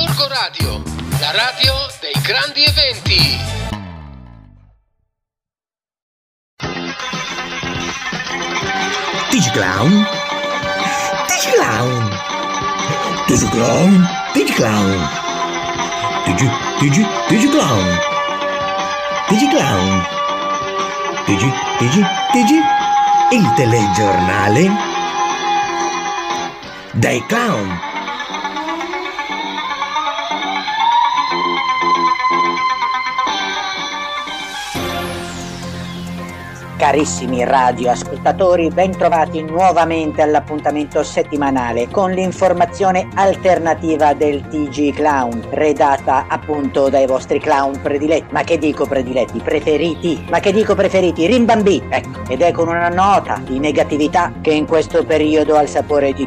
Gorgo Radio, la radio dei grandi eventi. Digiclown, Digiclown, Digiclown, Digiclown, Digiclown, Digiclown, Digi, il telegiornale dei clown. Carissimi radioascoltatori, ben trovati nuovamente all'appuntamento settimanale con l'informazione alternativa del TG Clown, redatta appunto dai vostri clown prediletti. Ma che dico prediletti? Preferiti. Ma che dico preferiti? Rimbambiti. Ecco, ed è con una nota di negatività che in questo periodo al sapore di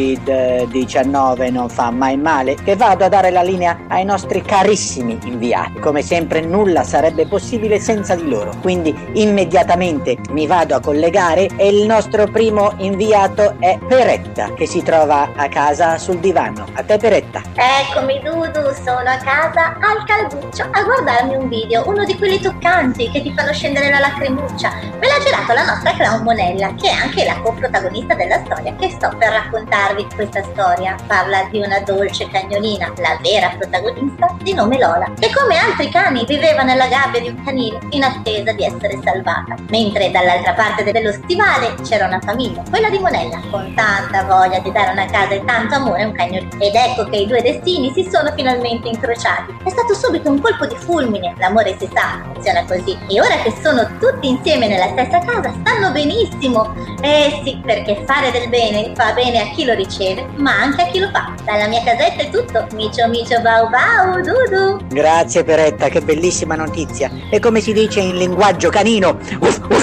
Covid-19 non fa mai male, che vado a dare la linea ai nostri carissimi inviati. Come sempre nulla sarebbe possibile senza di loro, quindi immediatamente mi vado a collegare e il nostro primo inviato è Peretta, che si trova a casa sul divano. A te Peretta. Eccomi Dudu, sono a casa al calduccio a guardarmi un video, uno di quelli toccanti che ti fanno scendere la lacrimuccia. Me l'ha girato la nostra clown Monella, che è anche la coprotagonista della storia che sto per raccontarvi. Questa storia parla di una dolce cagnolina, la vera protagonista, di nome Lola, che come altri cani viveva nella gabbia di un canile in attesa di essere salvata. Mentre dall'altra parte dello stivale c'era una famiglia, quella di Monella, con tanta voglia di dare una casa e tanto amore a un cagnolino. Ed ecco che i due destini si sono finalmente incrociati. È stato subito un colpo di fulmine, l'amore si sa, funziona così. E ora che sono tutti insieme nella stessa casa, stanno benissimo. Eh sì, perché fare del bene fa bene a chi lo riceve, ma anche a chi lo fa. Dalla mia casetta è tutto. Micio micio bau bau, Dudu. Grazie Peretta, che bellissima notizia. E come si dice in linguaggio canino, uff, uff.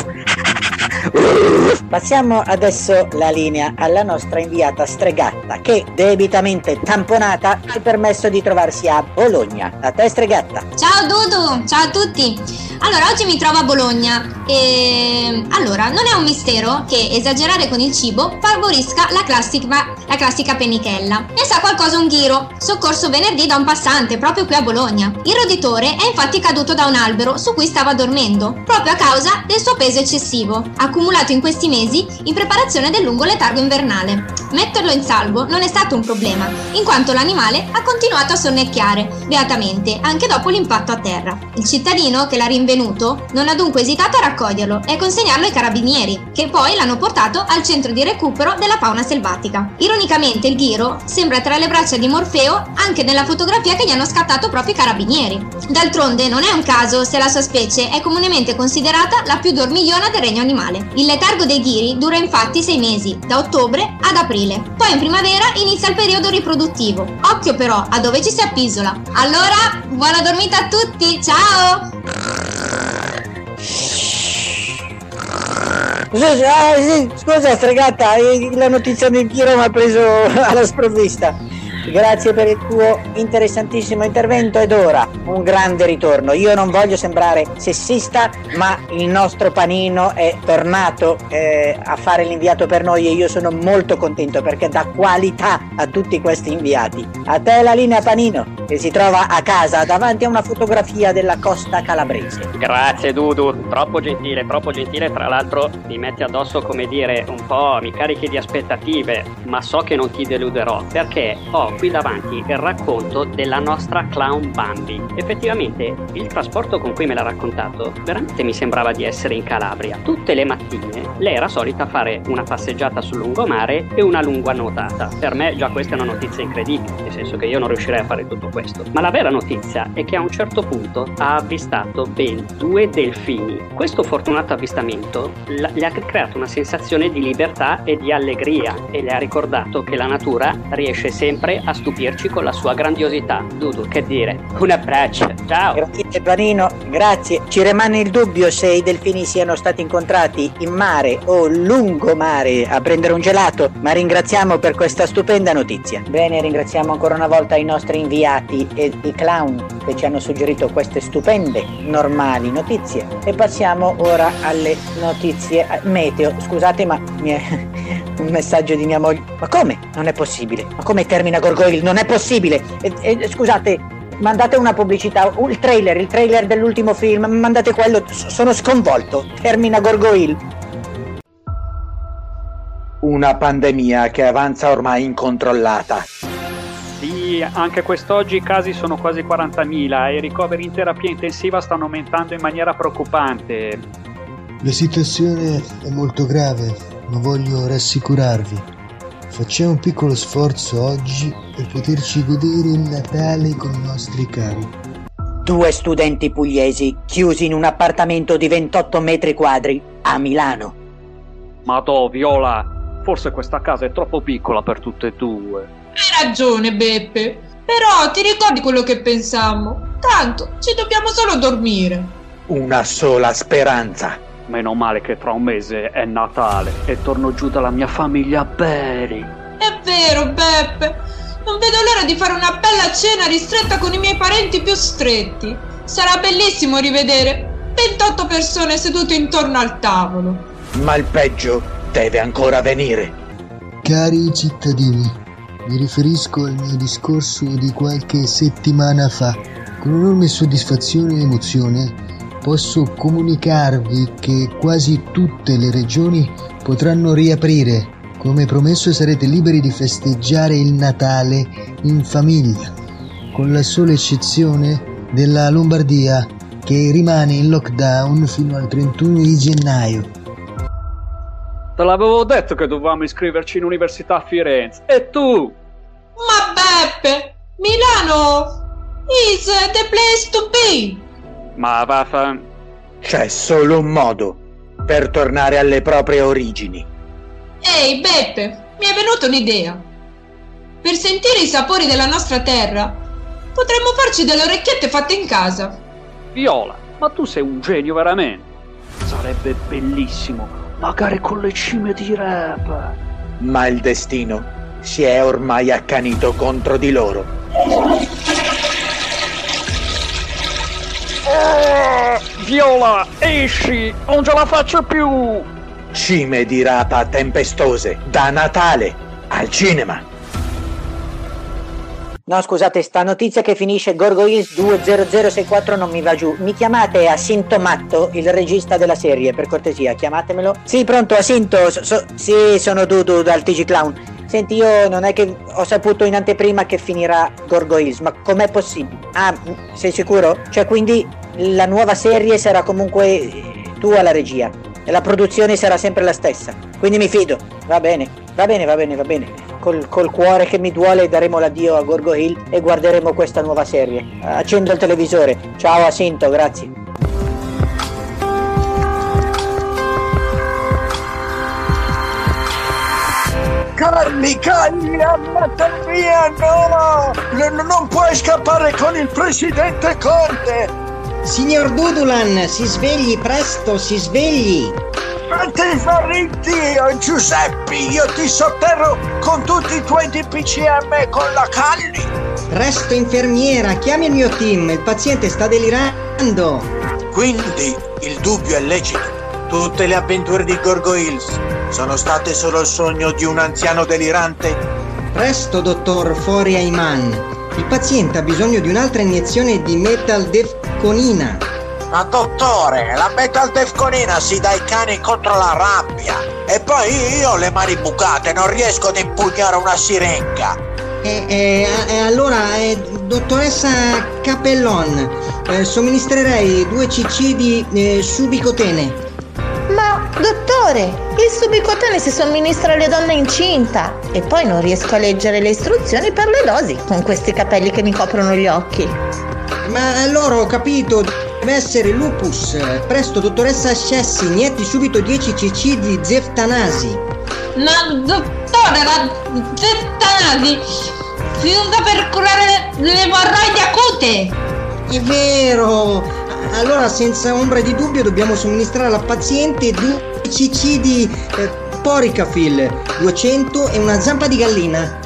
Passiamo adesso la linea alla nostra inviata Stregatta, che debitamente tamponata ha permesso di trovarsi a Bologna. A te Stregatta. Ciao Dudu, ciao a tutti. Allora, oggi mi trovo a Bologna e allora non è un mistero che esagerare con il cibo favorisca la classica pennichella. Ne sa qualcosa un ghiro, soccorso venerdì da un passante proprio qui a Bologna. Il roditore è infatti caduto da un albero su cui stava dormendo, proprio a causa del suo peso eccessivo, accumulato in questi mesi in preparazione del lungo letargo invernale. Metterlo in salvo non è stato un problema, in quanto l'animale ha continuato a sonnecchiare beatamente anche dopo l'impatto a terra. Il cittadino che l'ha rinvenuto non ha dunque esitato a raccoglierlo e a consegnarlo ai carabinieri, che poi l'hanno portato al centro di recupero della fauna selvatica. Ironicamente il ghiro sembra tra le braccia di Morfeo anche nella fotografia che gli hanno scattato proprio i carabinieri. D'altronde non è un caso se la sua specie è comunemente considerata la più dormigliona del regno animale. Il letargo dei ghiri dura infatti 6 mesi, da ottobre ad aprile. Poi in primavera inizia il periodo riproduttivo. Occhio però a dove ci si appisola. Allora, buona dormita a tutti, ciao! Scusa Stregatta, la notizia del ghiro mi ha preso alla sprovvista. Grazie per il tuo interessantissimo intervento ed ora un grande ritorno. Io non voglio sembrare sessista, ma il nostro Panino è tornato a fare l'inviato per noi e io sono molto contento perché dà qualità a tutti questi inviati. A te la linea Panino, che si trova a casa davanti a una fotografia della costa calabrese. Grazie Dudu, troppo gentile, tra l'altro mi metti addosso, come dire, un po', mi carichi di aspettative, ma so che non ti deluderò perché ho qui davanti il racconto della nostra clown Bambi. Effettivamente il trasporto con cui me l'ha raccontato veramente mi sembrava di essere in Calabria. Tutte le mattine lei era solita fare una passeggiata sul lungomare e una lunga nuotata. Per me già questa è una notizia incredibile, nel senso che io non riuscirei a fare tutto questo. Ma la vera notizia è che a un certo punto ha avvistato ben 2 delfini. Questo fortunato avvistamento gli ha creato una sensazione di libertà e di allegria e le ha ricordato che la natura riesce sempre a stupirci con la sua grandiosità. Dudu, che dire, un abbraccio, ciao! Grazie Panino, grazie. Ci rimane il dubbio se i delfini siano stati incontrati in mare o lungomare a prendere un gelato, ma ringraziamo per questa stupenda notizia. Bene, ringraziamo ancora una volta i nostri inviati e i clown che ci hanno suggerito queste stupende, normali notizie. E passiamo ora alle notizie meteo. Scusate, ma Un messaggio di mia moglie. Ma come? Non è possibile. Ma come termina Gorgoyle? Non è possibile. Scusate, mandate una pubblicità, il trailer dell'ultimo film, mandate quello. Sono sconvolto. Termina Gorgoyle. Una pandemia che avanza ormai incontrollata. Sì, anche quest'oggi i casi sono quasi 40.000 e i ricoveri in terapia intensiva stanno aumentando in maniera preoccupante. La situazione è molto grave, ma voglio rassicurarvi. Facciamo un piccolo sforzo oggi per poterci godere il Natale con i nostri cari. 2 studenti pugliesi chiusi in un appartamento di 28 metri quadri a Milano. Madò, Viola, forse questa casa è troppo piccola per tutte e due. Hai ragione, Beppe. Però ti ricordi quello che pensammo? Tanto, ci dobbiamo solo dormire. Una sola speranza. Meno male che tra un mese è Natale e torno giù dalla mia famiglia Beri. È vero, Beppe. Non vedo l'ora di fare una bella cena ristretta con i miei parenti più stretti. Sarà bellissimo rivedere 28 persone sedute intorno al tavolo. Ma il peggio deve ancora venire. Cari cittadini, mi riferisco al mio discorso di qualche settimana fa. Con enorme soddisfazione e emozione posso comunicarvi che quasi tutte le regioni potranno riaprire. Come promesso sarete liberi di festeggiare il Natale in famiglia, con la sola eccezione della Lombardia, che rimane in lockdown fino al 31 di gennaio. Te l'avevo detto che dovevamo iscriverci in università a Firenze. E tu? Ma Beppe, Milano is the place to be. Ma vaffa. C'è solo un modo per tornare alle proprie origini. Ehi Beppe, mi è venuta un'idea. Per sentire i sapori della nostra terra potremmo farci delle orecchiette fatte in casa. Viola, ma tu sei un genio veramente. Sarebbe bellissimo, magari con le cime di rap. Ma il destino si è ormai accanito contro di loro. Viola, esci, non ce la faccio più. Cime di rapa tempestose, da Natale al cinema. No, scusate, sta notizia che finisce Gorgoyle 20064 non mi va giù. Mi chiamate Asintomatto, il regista della serie, per cortesia, chiamatemelo. Sì, pronto, Asinto, sì, sono Dudu dal TG Clown. Senti, io non è che ho saputo in anteprima che finirà Gorgoyle, ma com'è possibile? Ah, sei sicuro? Cioè, quindi la nuova serie sarà comunque tu alla regia e la produzione sarà sempre la stessa, quindi mi fido. Va bene. Col cuore che mi duole daremo l'addio a Gorgoyle e guarderemo questa nuova serie. Accendo il televisore. Ciao Asinto, grazie. Carli, amata mia, no! Non puoi scappare con il presidente Conte! Signor Dudulan, si svegli presto, si svegli! Non ti fare Dio, Giuseppe, io ti sotterro con tutti i tuoi DPCM con la Calli! Presto, infermiera, chiami il mio team, il paziente sta delirando! Quindi il dubbio è lecito. Tutte le avventure di Gorgoyle sono state solo il sogno di un anziano delirante? Presto, dottor Fori Ayman. Il paziente ha bisogno di un'altra iniezione di metaldefconina. Ma dottore, la metaldefconina si dà ai cani contro la rabbia. E poi io ho le mani bucate, non riesco ad impugnare una siringa. Allora, dottoressa Capellon, somministrerei 2 cc di subicotene. Ma, dottore, il subicotene si somministra alle donne incinta. E poi non riesco a leggere le istruzioni per le dosi con questi capelli che mi coprono gli occhi. Ma allora ho capito, deve essere lupus. Presto, dottoressa Scessi, inietti subito 10 cc di zeftanasi. Ma, dottore, la zeftanasi si usa per curare le emorroidi acute. È vero! Allora, senza ombra di dubbio, dobbiamo somministrare alla paziente 2 cc di Poricafil 200 e una zampa di gallina.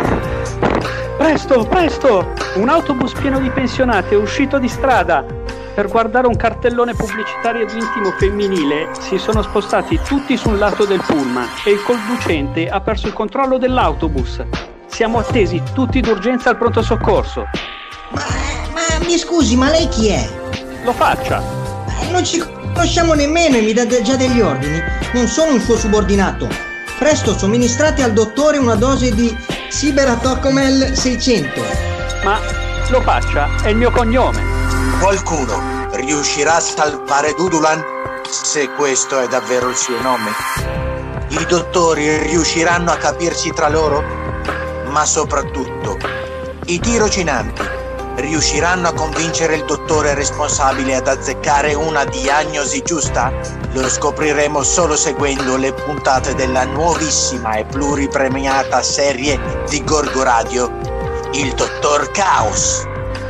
Presto! Un autobus pieno di pensionati è uscito di strada. Per guardare un cartellone pubblicitario di intimo femminile si sono spostati tutti sul lato del pullman e il conducente ha perso il controllo dell'autobus. Siamo attesi tutti d'urgenza al pronto soccorso. Ma mi scusi, ma lei chi è? Lo faccia. Non ci conosciamo nemmeno e mi dà già degli ordini. Non sono un suo subordinato. Presto, somministrate al dottore una dose di Siberatocomel 600. Ma lo faccia, è il mio cognome. Qualcuno riuscirà a salvare Dudulan, se questo è davvero il suo nome? I dottori riusciranno a capirsi tra loro? Ma soprattutto, i tirocinanti riusciranno a convincere il dottore responsabile ad azzeccare una diagnosi giusta? Lo scopriremo solo seguendo le puntate della nuovissima e pluripremiata serie di Gorgo Radio, Il Dottor Caos.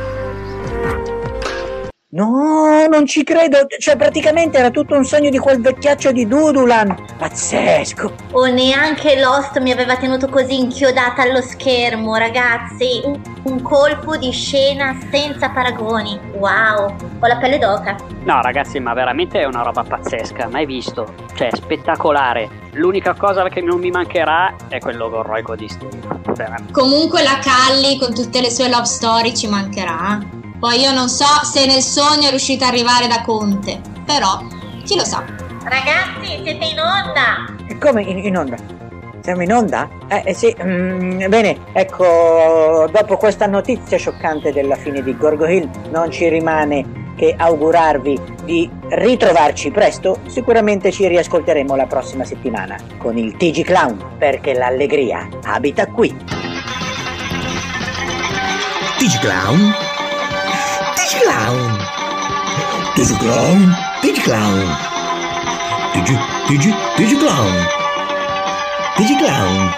No, non ci credo. Cioè, praticamente era tutto un sogno di quel vecchiaccio di Dudulan. Pazzesco. Oh, neanche Lost mi aveva tenuto così inchiodata allo schermo, ragazzi. Un colpo di scena senza paragoni. Wow, ho la pelle d'oca. No, ragazzi, ma veramente è una roba pazzesca, mai visto. Cioè, spettacolare. L'unica cosa che non mi mancherà è quel logorroico di Steve. Comunque la Callie con tutte le sue love story ci mancherà. Poi io non so se nel sogno è riuscita ad arrivare da Conte, però chi lo sa. Ragazzi, siete in onda! E come in onda? Siamo in onda? Sì, bene, ecco, dopo questa notizia scioccante della fine di Gorgo Hill non ci rimane che augurarvi di ritrovarci presto. Sicuramente ci riascolteremo la prossima settimana con il TG Clown, perché l'allegria abita qui. TG Clown? TG Clown! TG Clown! TG Clown! TG Clown! TG Clown!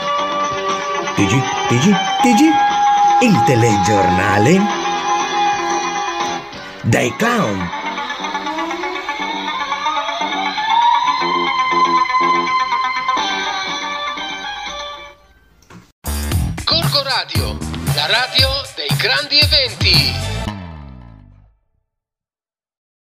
TG il telegiornale dai clown. Gorgo Radio, la radio dei grandi eventi.